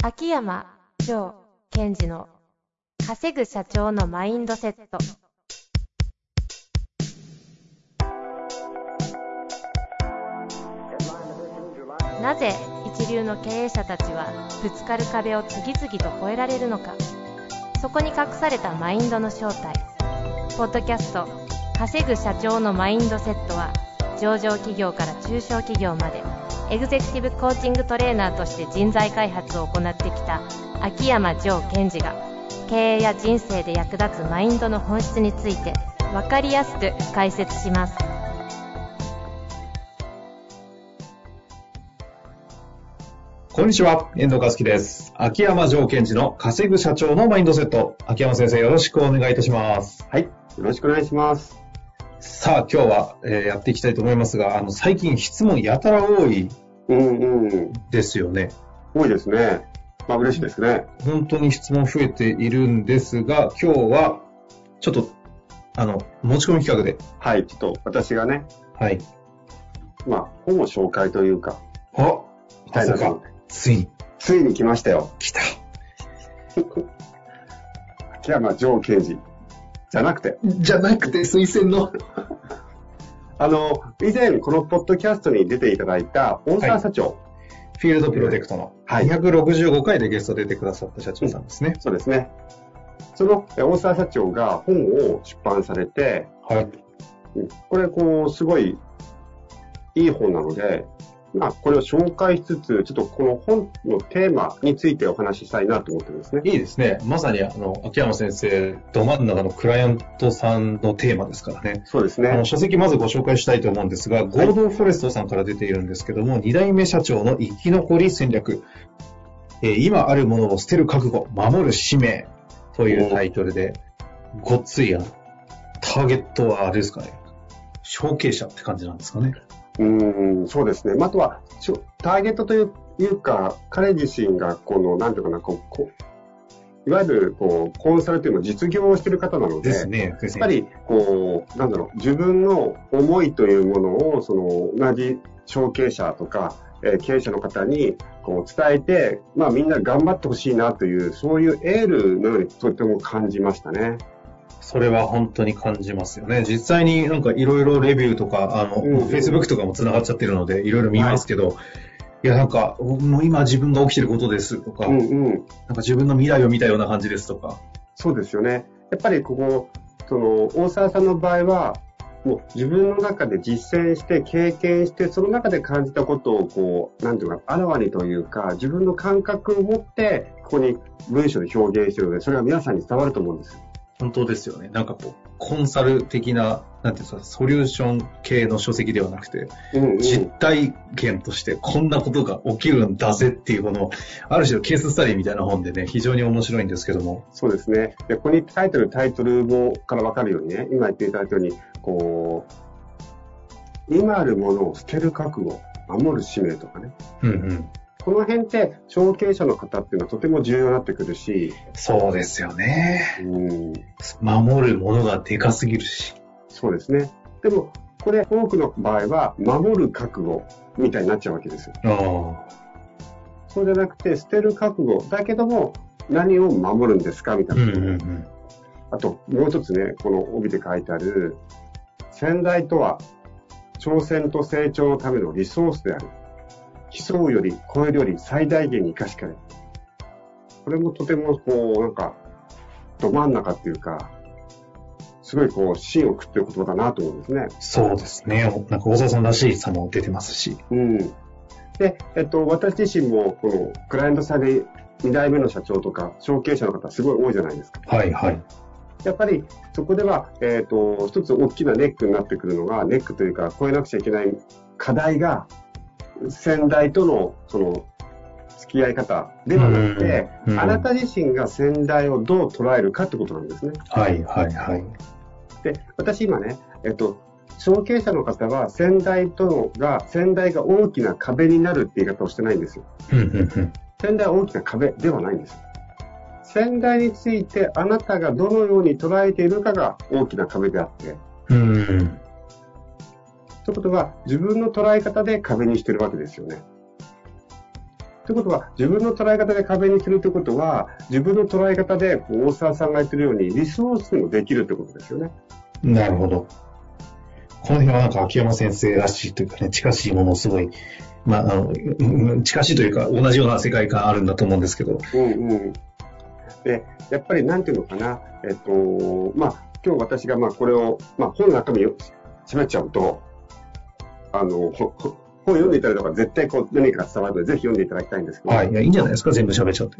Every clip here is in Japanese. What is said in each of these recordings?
秋山城賢治の稼ぐ社長のマインドセット。なぜ一流の経営者たちはぶつかる壁を次々と越えられるのか。そこに隠されたマインドの正体。ポッドキャスト稼ぐ社長のマインドセットは、上場企業から中小企業までエグゼクティブコーチングトレーナーとして人材開発を行ってきた秋山城賢治が、経営や人生で役立つマインドの本質について分かりやすく解説します。 こんにちは、遠藤和樹です。秋山城賢治の稼ぐ社長のマインドセット。秋山先生、よろしくお願いいたします。 はい、よろしくお願いします。 さあ、今日は、やっていきたいと思いますが、最近質問やたら多いですよね。 多いですね。まあ嬉しいですね。 本当に質問増えているんですが、今日はちょっと持ち込み企画で。 はい、ちょっと私がね。 はい。 まあ本を紹介というか。 みたいなのがついに来ましたよ。 来た。 秋山城賢治じゃなくて推薦の以前このポッドキャストに出ていただいた大沢社長、 フィールドプロテクトの265回でゲスト出てくださった社長さんですね。 そうですね。その大沢社長が本を出版されて、 はい。 これすごいいい本なので、まあ、これを紹介しつつ、ちょっとこの本のテーマについてお話ししたいなと思ってるんですね。 いいですね。まさに秋山先生、ど真ん中のクライアントさんのテーマですからね。 そうですね。 書籍まずご紹介したいと思うんですが、ゴールドフォレストさんから出ているんですけども、2代目社長の生き残り戦略。今あるものを捨てる覚悟、守る使命というタイトルで、ごっついターゲットはあれですかね。承継者って感じなんですかね。 そうですね。あとは、ターゲットというか、彼自身がなんていうかな、いわゆる、コンサルというの実業をしている方なので、 ですね。 やっぱり、自分の思いというものを、同じ承継者とか、経営者の方に、伝えて、まあ、みんな頑張ってほしいなという、そういうエールのようにとても感じましたね。 それは本当に感じますよね。実際になんかいろいろレビューとか、Facebook とかも繋がっちゃってるので、いろいろ見ますけど、いやなんか、もう今自分が起きてることですとか、なんか自分の未来を見たような感じですとか。 そうですよね。やっぱり大沢さんの場合は、もう自分の中で実践して経験して、その中で感じたことをなんていうか、あらわにというか、自分の感覚を持って、ここに文章で表現しているので、それが皆さんに伝わると思うんですよ。 本当ですよね。なんかコンサル的な、なんていうんですか、ソリューション系の書籍ではなくて、実体験としてこんなことが起きるんだぜっていうある種のケーススタディみたいな本でね、非常に面白いんですけども。 そうですね。で、ここにタイトルからわかるようにね、今言っていただいたように、今あるものを捨てる覚悟、守る使命とかね。この辺って承継者の方っていうのはとても重要になってくるし。 そうですよね。守るものがでかすぎるし。 そうですね。でもこれ多くの場合は守る覚悟みたいになっちゃうわけですよ。そうじゃなくて捨てる覚悟だけども何を守るんですかみたいな。あともう一つね、この帯で書いてある先代とは挑戦と成長のためのリソースである。競うより超えるより最大限に生かしかね。これもとてもなんかど真ん中っていうか、すごい芯を食ってる言葉だなと思うんですね。 そうですね。なんか大沢さんらしいさも出てますし。 で、私自身もこのクライアントさんで2代目の社長とか承継者の方すごい多いじゃないですか。 はいはい。 やっぱりそこでは一つ大きなネックになってくるのが、ネックというか超えなくちゃいけない課題が先代との付き合い方ではなくて、あなた自身が先代をどう捉えるかってことなんですね。 はいはいはい。 で、私今ね、承継者の方は先代が大きな壁になるって言い方をしてないんですよ。先代は大きな壁ではないんです。先代についてあなたがどのように捉えているかが大きな壁であって、ということは自分の捉え方で壁にしてるわけですよね。 ということは、自分の捉え方で壁にするということは、自分の捉え方で、大沢さんが言ってるように、リソースにもできるということですよね。 なるほど。この辺はなんか秋山先生らしいというかね、近しいものをすごい、近しいというか、同じような世界観あるんだと思うんですけど。 で、やっぱりなんていうのかな、今日私がこれを、本の中身を喋っちゃうと、本読んでいただいた方が絶対何かが伝わるので、ぜひ読んでいただきたいんですけど。 はい。いや、いいんじゃないですか、全部喋っちゃって。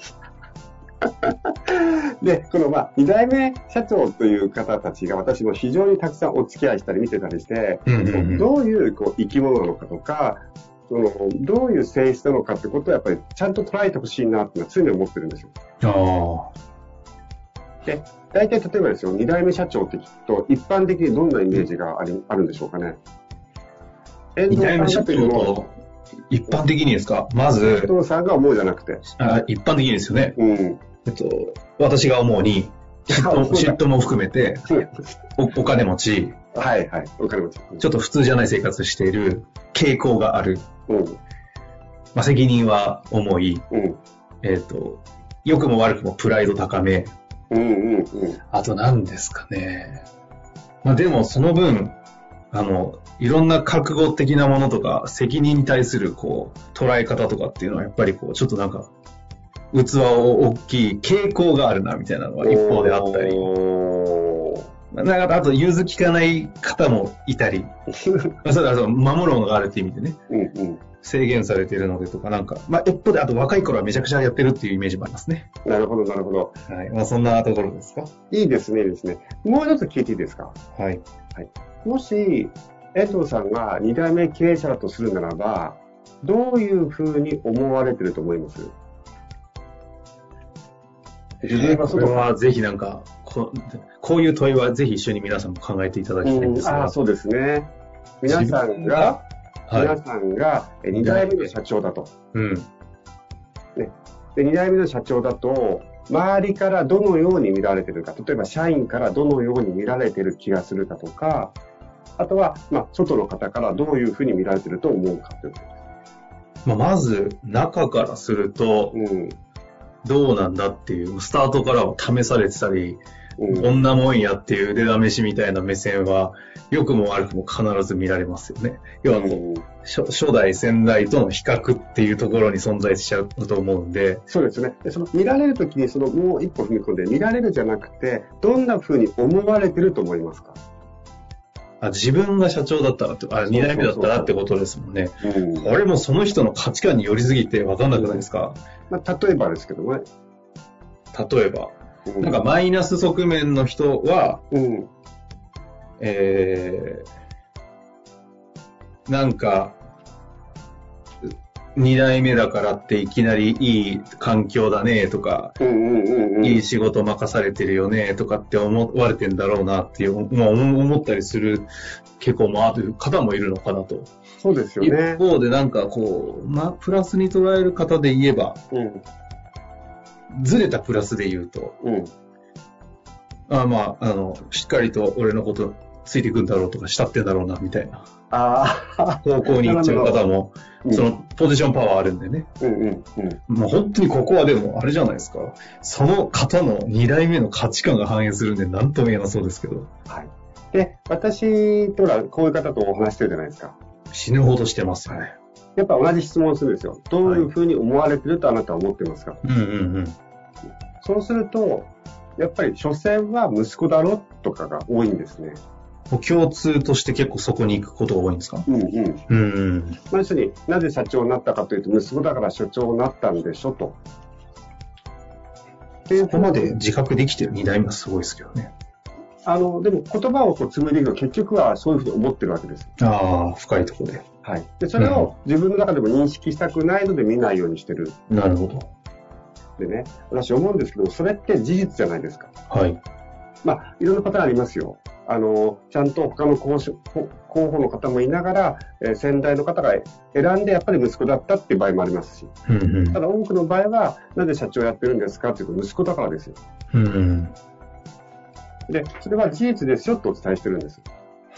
で、この2代目社長という方たちが私も非常にたくさんお付き合いしたり見てたりして、どういう生き物なのかとか、どういう性質なのかってことをやっぱりちゃんと捉えてほしいなっていうのは常に思ってるんですよ。で、大体例えばですよ、2代目社長って聞くと、一般的にどんなイメージがあるんでしょうかね。 2代目社長と一般的にですか？まず、 遠藤さんが思うじゃなくて。 一般的にですよね。私が思うに、嫉妬も含めて、お金持ち、お金持ち。ちょっと普通じゃない生活している傾向がある。責任は重い。良くも悪くもプライド高め。あと何ですかね。でもその分、いろんな覚悟的なものとか、責任に対する捉え方とかっていうのはやっぱりちょっとなんか、器を大きい傾向があるなみたいなのが一方であったり。あと、融通きかない方もいたり。それは守るものがあるっていう意味でね。制限されているのでとか、一方で、あと若い頃はめちゃくちゃやってるっていうイメージもありますね。 なるほど、なるほど。 はい。そんなところですか？ いいですね、いいですね。もう一つ聞いていいですか？ はい。 もし、遠藤さんが2代目経営者だとするならば、どういうふうに思われてると思います？ 自分はこれはぜひこういう問いはぜひ一緒に皆さんも考えていただきたいんですが。 そうですね。皆さんが2代目の社長だと。で、2代目の社長だと、周りからどのように見られているか、例えば社員からどのように見られている気がするかとか、あとは、外の方からどういうふうに見られていると思うかということです。 まず、中からすると、どうなんだっていう、スタートからは試されてたり、こんなもんやっていう腕試しみたいな目線は、良くも悪くも必ず見られますよね。要は初代、先代との比較っていうところに存在しちゃうと思うんで。 そうですね。で見られるときに、もう一歩踏み込んで、見られるじゃなくて、どんな風に思われてると思いますか？ 自分が社長だったら2代目だったらってことですもんね。これもその人の価値観に寄りすぎて分かんなくないですか？ 例えばですけどね。 例えば。なんかマイナス側面の人は、なんか、2代目だからっていきなりいい環境だねとか、いい仕事任されてるよねとかって思われてんだろうなっていう、思ったりする傾向もある方もいるのかなと。 そうですよね。 一方でなんかプラスに捉える方で言えば、ずれたプラスで言うと、しっかりと俺のことついていくんだろうとか、慕ってんだろうな、みたいな。方向に行っちゃう方も、そのポジションパワーあるんでね。もう本当にここはでも、あれじゃないですか。その方の2代目の価値観が反映するんで、なんとも言えなそうですけど。 で、私とはこういう方とお話してるじゃないですか。 死ぬほどしてますよね。 やっぱ同じ質問をするんですよ。どういうふうに思われてるとあなたは思ってますか？そうすると、やっぱり所詮は息子だろとかが多いんですね。 共通として結構そこに行くことが多いんですか？ 要するになぜ社長になったかというと、息子だから社長になったんでしょと。 そこまで自覚できてる2代目はすごいですけどね。 でも言葉を紡いでいくと結局はそういうふうに思ってるわけです。 深いところで。 で、それを自分の中でも認識したくないので見ないようにしてる。 なるほど。 でね、私思うんですけど、それって事実じゃないですか。いろんなパターンありますよ。ちゃんと他の候補の方もいながら、先代の方が選んでやっぱり息子だったっていう場合もありますし。ただ多くの場合は、なぜ社長やってるんですかっていうと、息子だからですよ。で、それは事実ですよとお伝えしてるんです。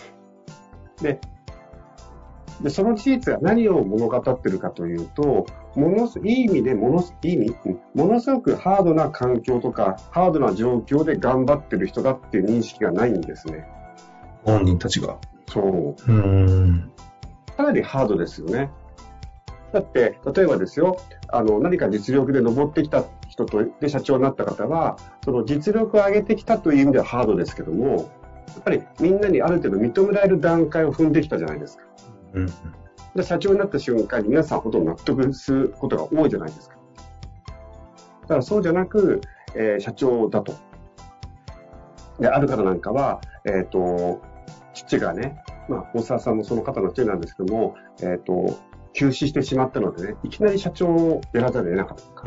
で、その事実が何を物語ってるかというと、 いい意味でものすごくハードな環境とか、ハードな状況で頑張ってる人だっていう認識がないんですね。 本人たちが。 そう。かなりハードですよね。だって、例えばですよ、何か実力で上ってきた人で社長になった方は、その実力を上げてきたという意味ではハードですけども、やっぱりみんなにある程度認められる段階を踏んできたじゃないですか。で社長になった瞬間に皆さんほとんど納得することが多いじゃないですか。だからそうじゃなく、社長だと。で、ある方なんかは、父がね、大沢さんもその方の一人なんですけども、急死してしまったのでね、いきなり社長をやらざるを得なかったとか。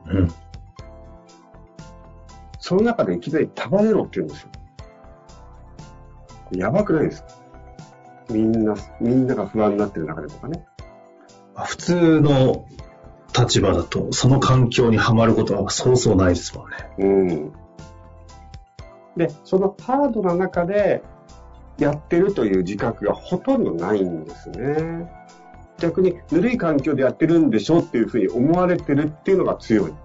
その中でいきなり束ねろって言うんですよ。やばくないですか？みんなが不安になってる中でとかね。 普通の立場だと、その環境にはまることはそうそうないですもんね。 で、そのハードな中でやってるという自覚がほとんどないんですね。逆にぬるい環境でやってるんでしょっていうふうに思われてるっていうのが強い。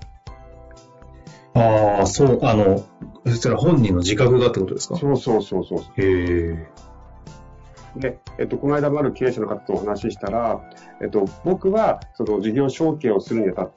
そう、そしたら本人の自覚がってことですか？ そう。で、この間もある経営者の方とお話ししたら、僕はその事業承継をするにあたって、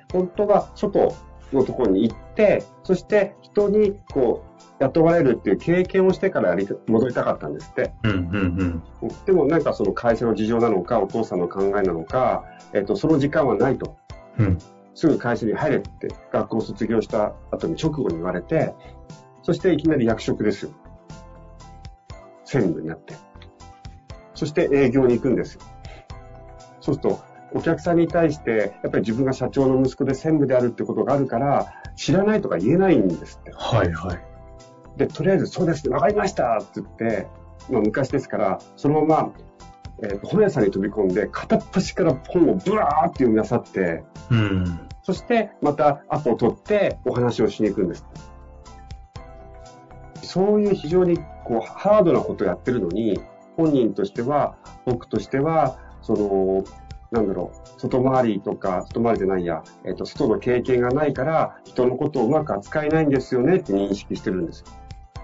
本当は外のところに行って、そして人に雇われるっていう経験をしてから戻りたかったんですって。でもなんかその会社の事情なのか、お父さんの考えなのか、その時間はないと。すぐ会社に入れって学校を卒業した後に直後に言われて、そしていきなり役職ですよ。専務になって。そして営業に行くんですよ。そうすると、お客さんに対して、やっぱり自分が社長の息子で専務であるってことがあるから、知らないとか言えないんですって。で、とりあえずそうですね、わかりましたって言って、昔ですから、そのまま、本屋さんに飛び込んで、片っ端から本をブワーって読み漁って、そしてまたアポを取ってお話をしに行くんです。そういう非常にハードなことをやってるのに、本人としては、僕としては、外回りとか、外回りじゃないや、外の経験がないから、人のことをうまく扱えないんですよねって認識してるんですよ。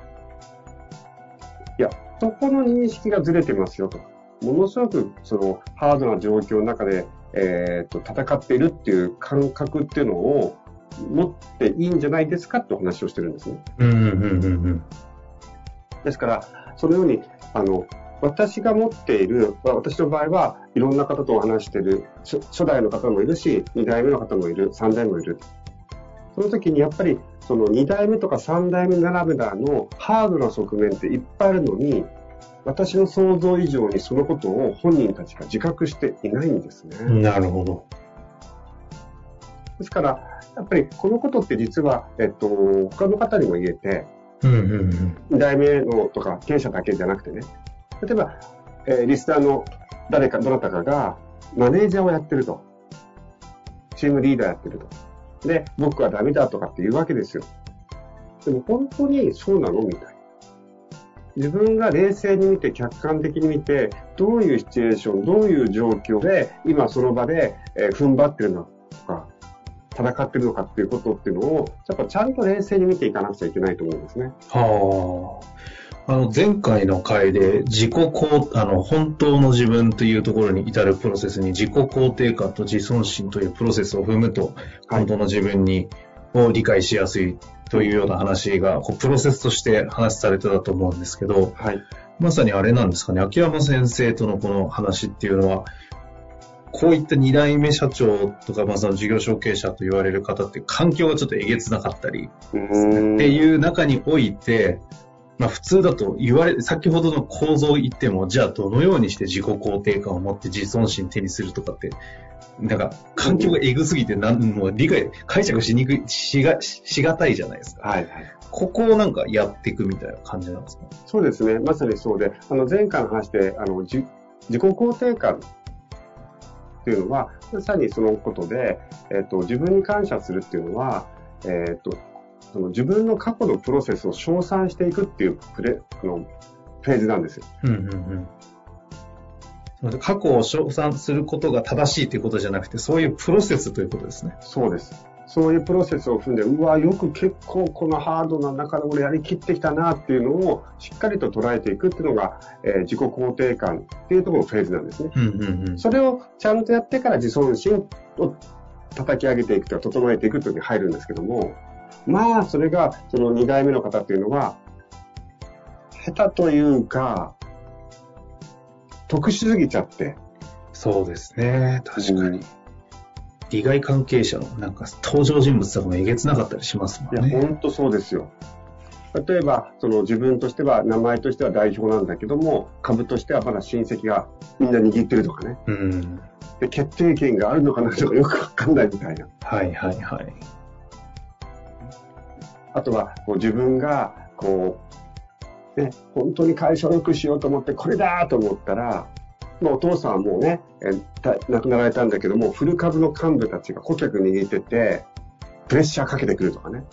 いや、そこの認識がずれてますよと。ものすごくハードな状況の中で、戦っているっていう感覚っていうのを持っていいんじゃないですかってお話をしてるんですね。ですから、そのように、私が持っている、私の場合はいろんな方とお話している、初代の方もいるし、2代目の方もいる、3代目もいる。その時にやっぱり、その2代目とか3代目ならではのハードな側面っていっぱいあるのに、私の想像以上にそのことを本人たちが自覚していないんですね。 なるほど。 ですから、やっぱりこのことって実は、他の方にも言えて、2代目のとか経営者だけじゃなくてね、例えば、リスナーのどなたかがマネージャーをやってると。チームリーダーやってると。で、僕はダメだとかって言うわけですよ。でも本当にそうなのみたいな。自分が冷静に見て、客観的に見て、どういうシチュエーション、どういう状況で、今その場で、踏ん張ってるのとか、戦ってるのかっていうことっていうのを、やっぱちゃんと冷静に見ていかなくちゃいけないと思うんですね。 前回の回で本当の自分というところに至るプロセスに自己肯定感と自尊心というプロセスを踏むと、本当の自分を理解しやすいというような話がプロセスとして話されてたと思うんですけど、まさにあれなんですかね、秋山先生とのこの話っていうのは、こういった2代目社長とか、その事業承継者と言われる方って環境がちょっとえげつなかったりっていう中において、普通だと先ほどの構造を言っても、じゃあどのようにして自己肯定感を持って自尊心手にするとかって、環境がえぐすぎてもう解釈しにくい、しがたいじゃないですか。ここをやっていくみたいな感じなんですか？ そうですね。まさにそうで、前回の話で、自己肯定感っていうのは、まさにそのことで、自分に感謝するっていうのは、その自分の過去のプロセスを称賛していくっていうフェーズなんですよ。 過去を称賛することが正しいということじゃなくて、そういうプロセスということですね。 そうです。そういうプロセスを踏んで、うわ、よく結構このハードな中で俺やりきってきたなっていうのをしっかりと捉えていくっていうのが、自己肯定感っていうところのフェーズなんですね。それをちゃんとやってから自尊心を叩き上げていくとか整えていくというのに入るんですけども、まあそれがその2代目の方っていうのは下手というか特殊すぎちゃって。 そうですね、確かに。利害関係者のなんか登場人物とかもえげつなかったりしますもんね。 いや本当そうですよ。例えばその自分としては名前としては代表なんだけども、株としてはまだ親戚がみんな握ってるとかね。で決定権があるのかなとかよくわかんないみたいな。 はいはいはい。 あとはこう自分がこうね、本当に会社を良くしようと思ってこれだと思ったら、お父さんはもうね、亡くなられたんだけども、フル株の幹部たちが顧客握ってて、プレッシャーかけてくるとかね。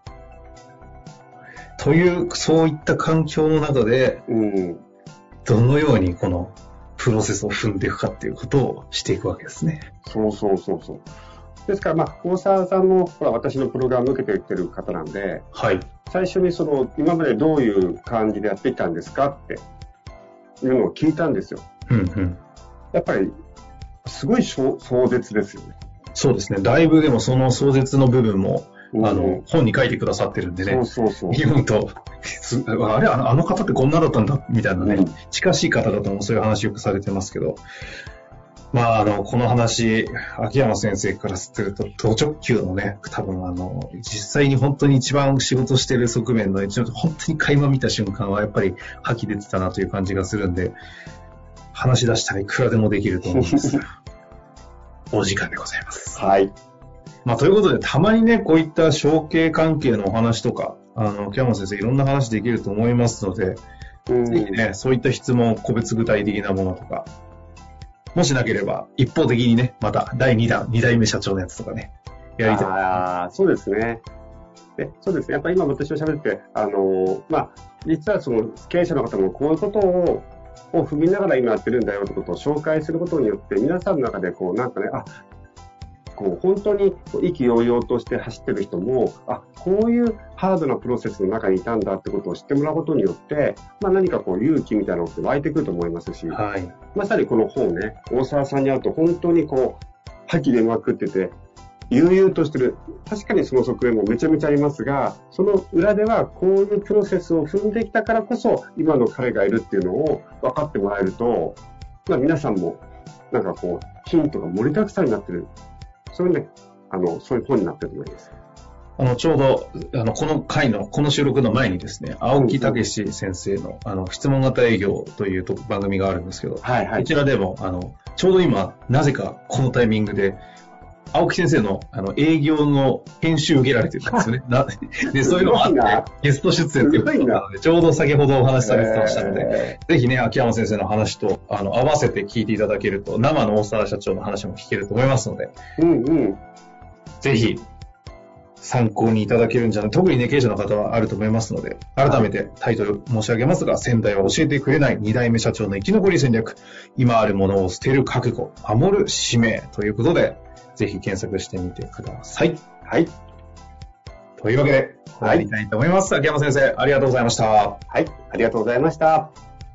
という、そういった環境の中で、どのようにこのプロセスを踏んでいくかっていうことをしていくわけですね。 そう。ですから、大沢さんもほら私のプログラムを受けていってる方なんで、 はい。 最初にその今までどういう感じでやってきたんですかっていうのを聞いたんですよ。やっぱりすごい壮絶ですよね。 そうですね。だいぶでもその壮絶の部分も、本に書いてくださってるんでね。 そう。 読むと、あれ、あの方ってこんなだったんだ、みたいなね。近しい方だともそういう話よくされてますけど。この話、秋山先生からすると、ド直球のね、多分実際に本当に一番仕事してる側面の、本当に垣間見た瞬間はやっぱり吐き出てたなという感じがするんで、話し出したらいくらでもできると思うんですが、お時間でございます。 はい。 ということで、たまにね、こういった承継関係のお話とか、秋山先生いろんな話できると思いますので、ぜひね、そういった質問、個別具体的なものとか、もしなければ、一方的にね、また第2弾、2代目社長のやつとかね、やりたい。 そうですね。そうですね。やっぱり今私と喋って、実はその経営者の方もこういうことを踏みながら今やってるんだよということを紹介することによって、皆さんの中でなんかね、本当に意気揚々として走ってる人も、こういうハードなプロセスの中にいたんだってことを知ってもらうことによって、何か勇気みたいなのって湧いてくると思いますし、 はい、 まさにこの本ね、大沢さんに会うと本当に覇気でまくってて、悠々としてる。確かにその側面もめちゃめちゃありますが、その裏ではこういうプロセスを踏んできたからこそ、今の彼がいるっていうのを分かってもらえると、皆さんもなんかヒントが盛りだくさんになってる。そういうね、そういう本になってると思います。 ちょうど、この回の、この収録の前にですね、青木武先生の、質問型営業という番組があるんですけど、 はいはい。 こちらでも、ちょうど今、なぜかこのタイミングで、青木先生の、営業の編集を受けられてるんですよね。で、そういうのもあって、ゲスト出演ということなので、ちょうど先ほどお話しされてましたので、ぜひね、秋山先生の話と、合わせて聞いていただけると、生の大沢社長の話も聞けると思いますので、ぜひ、参考にいただけるんじゃない、特にね、経営者の方はあると思いますので、改めてタイトル申し上げますが、先代は教えてくれない2代目社長の生き残り戦略、今あるものを捨てる覚悟、守る使命ということで、ぜひ検索してみてください。 はい。 というわけで、終わりたいと思います。秋山先生、ありがとうございました。 はい、ありがとうございました。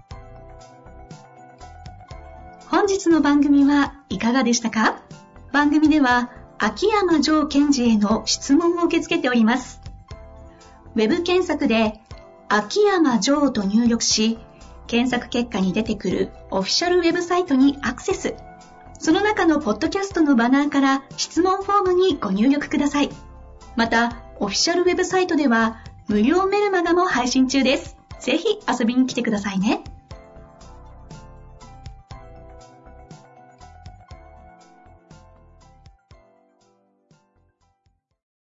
本日の番組はいかがでしたか？番組では、秋山城賢治への質問を受け付けております。ウェブ検索で、秋山城と入力し、検索結果に出てくるオフィシャルウェブサイトにアクセス。その中のポッドキャストのバナーから質問フォームにご入力ください。また、オフィシャルウェブサイトでは無料メルマガも配信中です。ぜひ遊びに来てくださいね。